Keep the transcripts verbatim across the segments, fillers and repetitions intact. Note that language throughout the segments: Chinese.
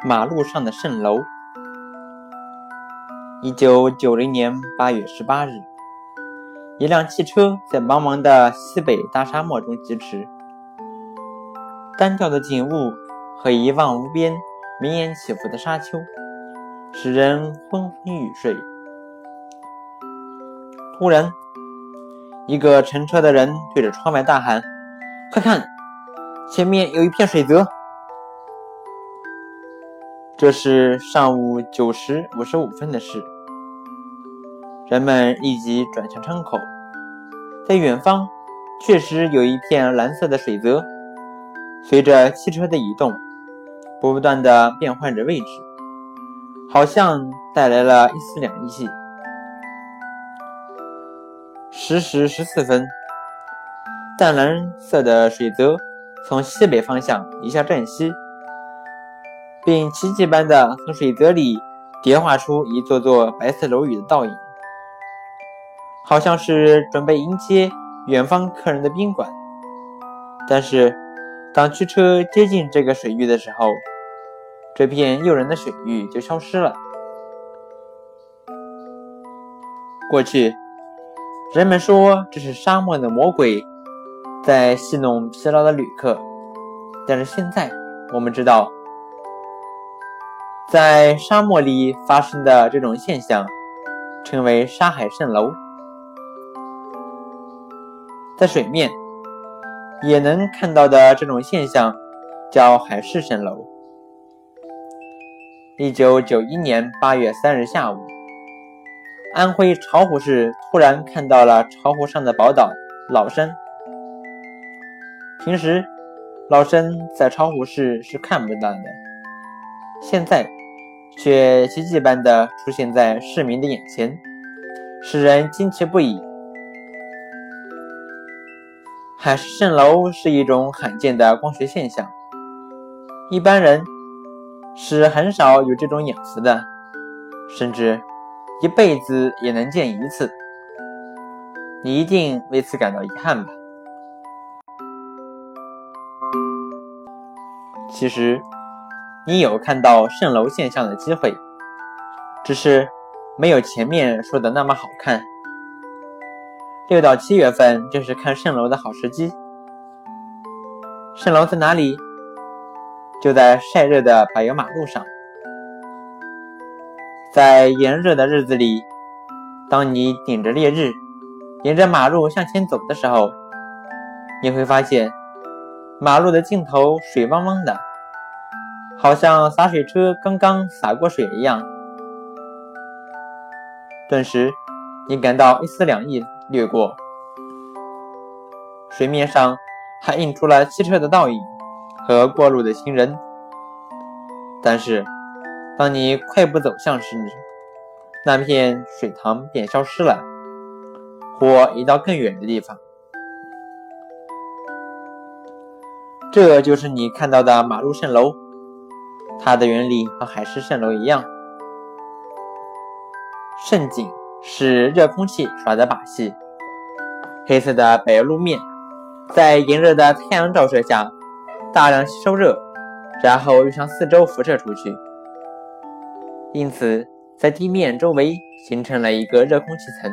马路上的蜃楼。一九九零年八月十八日，一辆汽车在茫茫的西北大沙漠中疾驰，单调的景物和一望无边绵延起伏的沙丘使人昏昏欲睡。突然，一个乘车的人对着窗外大喊：快看，前面有一片水泽。这是上午九时五十五分的事。人们立即转向窗口，在远方确实有一片蓝色的水泽，随着汽车的移动不断地变换着位置，好像带来了一丝凉意。十时十四分，淡蓝色的水泽从西北方向移向镇西，并奇迹般地从水泽里叠画出一座座白色楼宇的倒影，好像是准备迎接远方客人的宾馆。但是当驱车接近这个水域的时候，这片诱人的水域就消失了。过去人们说这是沙漠的魔鬼在戏弄疲劳的旅客，但是现在我们知道，在沙漠里发生的这种现象称为沙海蜃楼。在水面也能看到的这种现象叫海市蜃楼。一九九一年八月三日下午，安徽巢湖市突然看到了巢湖上的宝岛老山。平时老山在巢湖市是看不到的，现在却奇迹般地出现在市民的眼前，使人惊奇不已。海市蜃楼是一种罕见的光学现象，一般人是很少有这种眼福的，甚至一辈子也能见一次。你一定为此感到遗憾吧？其实你有看到蜃楼现象的机会，只是没有前面说的那么好看。六到七月份正是看蜃楼的好时机。蜃楼在哪里？就在晒热的柏油马路上。在炎热的日子里，当你顶着烈日沿着马路向前走的时候，你会发现马路的尽头水汪汪的，好像洒水车刚刚洒过水一样。顿时你感到一丝凉意掠过，水面上还映出了汽车的倒影和过路的行人。但是当你快步走向时，那片水塘便消失了，或移到更远的地方。这就是你看到的马路蜃楼，它的原理和海市蜃楼一样。蜃景是热空气耍的把戏，黑色的柏油路面在炎热的太阳照射下大量吸收热，然后又向四周辐射出去，因此在地面周围形成了一个热空气层。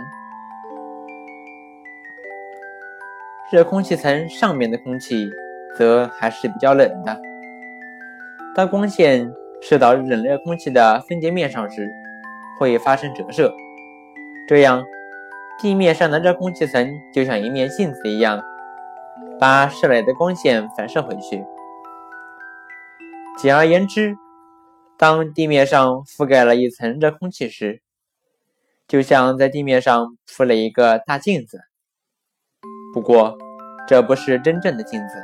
热空气层上面的空气则还是比较冷的，当光线射到冷热空气的分界面上时，会发生折射，这样地面上的热空气层就像一面镜子一样，把射来的光线反射回去。简而言之，当地面上覆盖了一层热空气时，就像在地面上铺了一个大镜子。不过这不是真正的镜子。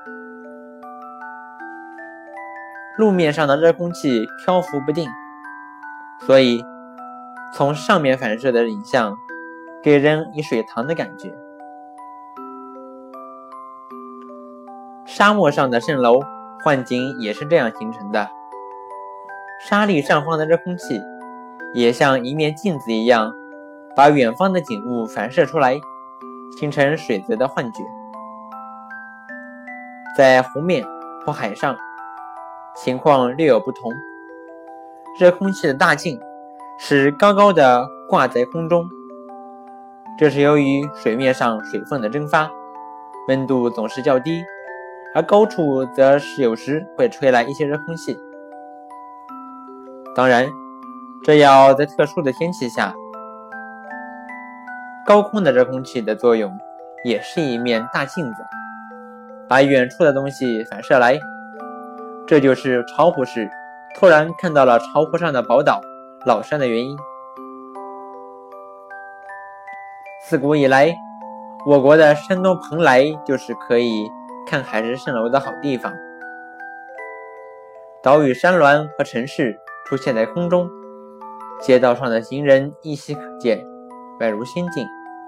路面上的热空气漂浮不定，所以从上面反射的影像给人以水塘的感觉。沙漠上的蜃楼幻景也是这样形成的，沙砾上方的热空气也像一面镜子一样，把远方的景物反射出来，形成水泽的幻觉。在湖面或海上情况略有不同， 热空气的大径是高高的挂在空中，这是由于水面上水分的蒸发，温度总是较低，而高处则是有时会吹来一些热空气。当然，这要在特殊的天气下。高空的热空气的作用也是一面大镜子，把远处的东西反射来，这就是巢湖时突然看到了巢湖上的宝岛老山的原因。自古以来，我国的山东蓬莱就是可以看海市蜃楼的好地方。岛屿山峦和城市出现在空中，街道上的行人依稀可见，宛如仙境。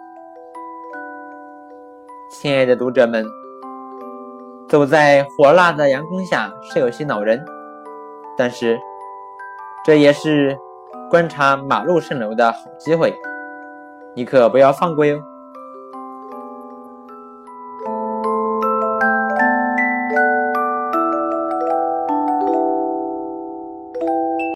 亲爱的读者们，走在火辣的阳光下是有些恼人，但是这也是观察马路蜃楼的好机会，你可不要放过哟。